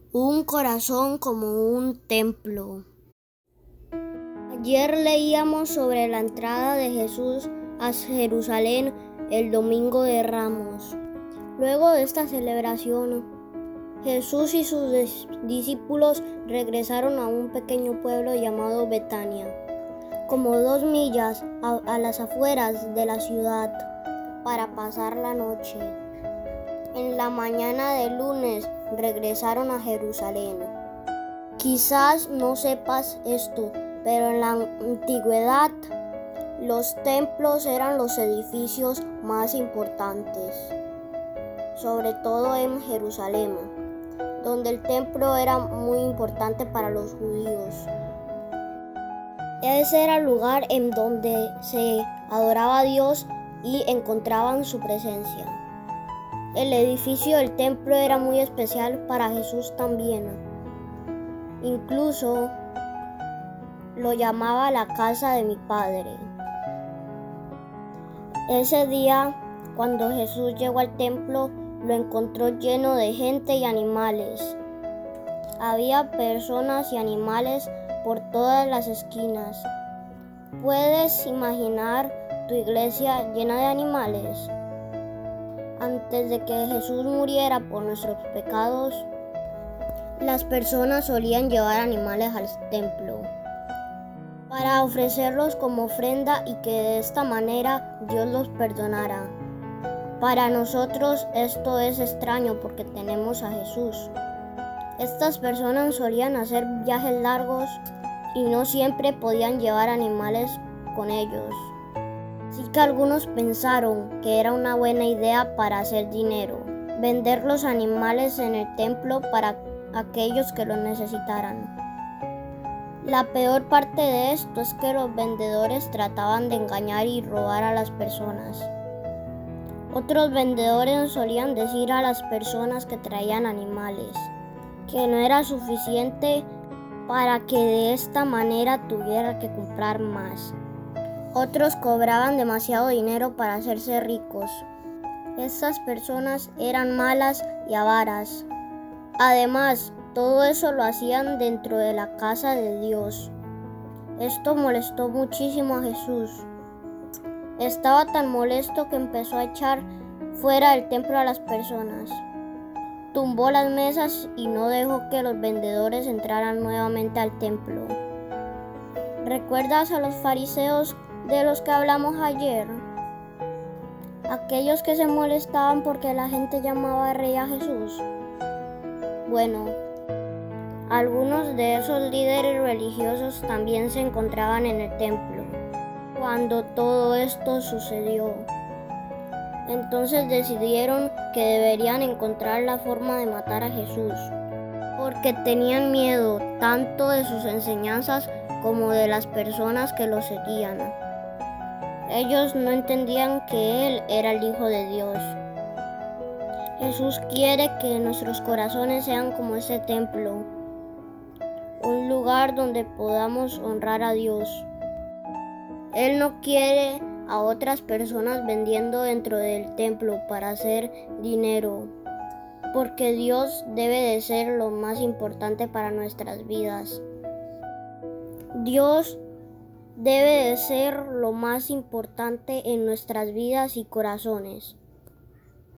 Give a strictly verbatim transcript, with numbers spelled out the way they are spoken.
un corazón como un templo. Ayer leíamos sobre la entrada de Jesús a Jerusalén el Domingo de Ramos. Luego de esta celebración, Jesús y sus discípulos regresaron a un pequeño pueblo llamado Betania, como dos millas a, a las afueras de la ciudad, para pasar la noche. En la mañana del lunes regresaron a Jerusalén. Quizás no sepas esto, pero en la antigüedad los templos eran los edificios más importantes, sobre todo en Jerusalén, donde el templo era muy importante para los judíos. Ese era el lugar en donde se adoraba a Dios y encontraban su presencia. El edificio del templo era muy especial para Jesús también. Incluso lo llamaba la casa de mi Padre. Ese día, cuando Jesús llegó al templo, lo encontró lleno de gente y animales. Había personas y animales por todas las esquinas. ¿Puedes imaginar tu iglesia llena de animales? Antes de que Jesús muriera por nuestros pecados, las personas solían llevar animales al templo para ofrecerlos como ofrenda y que de esta manera Dios los perdonara. Para nosotros esto es extraño porque tenemos a Jesús. Estas personas solían hacer viajes largos y no siempre podían llevar animales con ellos. Así que algunos pensaron que era una buena idea para hacer dinero, vender los animales en el templo para aquellos que los necesitaran. La peor parte de esto es que los vendedores trataban de engañar y robar a las personas. Otros vendedores solían decir a las personas que traían animales que no era suficiente para que de esta manera tuviera que comprar más. Otros cobraban demasiado dinero para hacerse ricos. Estas personas eran malas y avaras. Además, todo eso lo hacían dentro de la casa de Dios. Esto molestó muchísimo a Jesús. Estaba tan molesto que empezó a echar fuera del templo a las personas. Tumbó las mesas y no dejó que los vendedores entraran nuevamente al templo. ¿Recuerdas a los fariseos de los que hablamos ayer? Aquellos que se molestaban porque la gente llamaba rey a Jesús. Bueno, algunos de esos líderes religiosos también se encontraban en el templo cuando todo esto sucedió. Entonces decidieron que deberían encontrar la forma de matar a Jesús, porque tenían miedo tanto de sus enseñanzas como de las personas que lo seguían. Ellos no entendían que Él era el Hijo de Dios. Jesús quiere que nuestros corazones sean como ese templo, un lugar donde podamos honrar a Dios. Él no quiere a otras personas vendiendo dentro del templo para hacer dinero, porque Dios debe de ser lo más importante para nuestras vidas. Dios debe de ser lo más importante en nuestras vidas y corazones.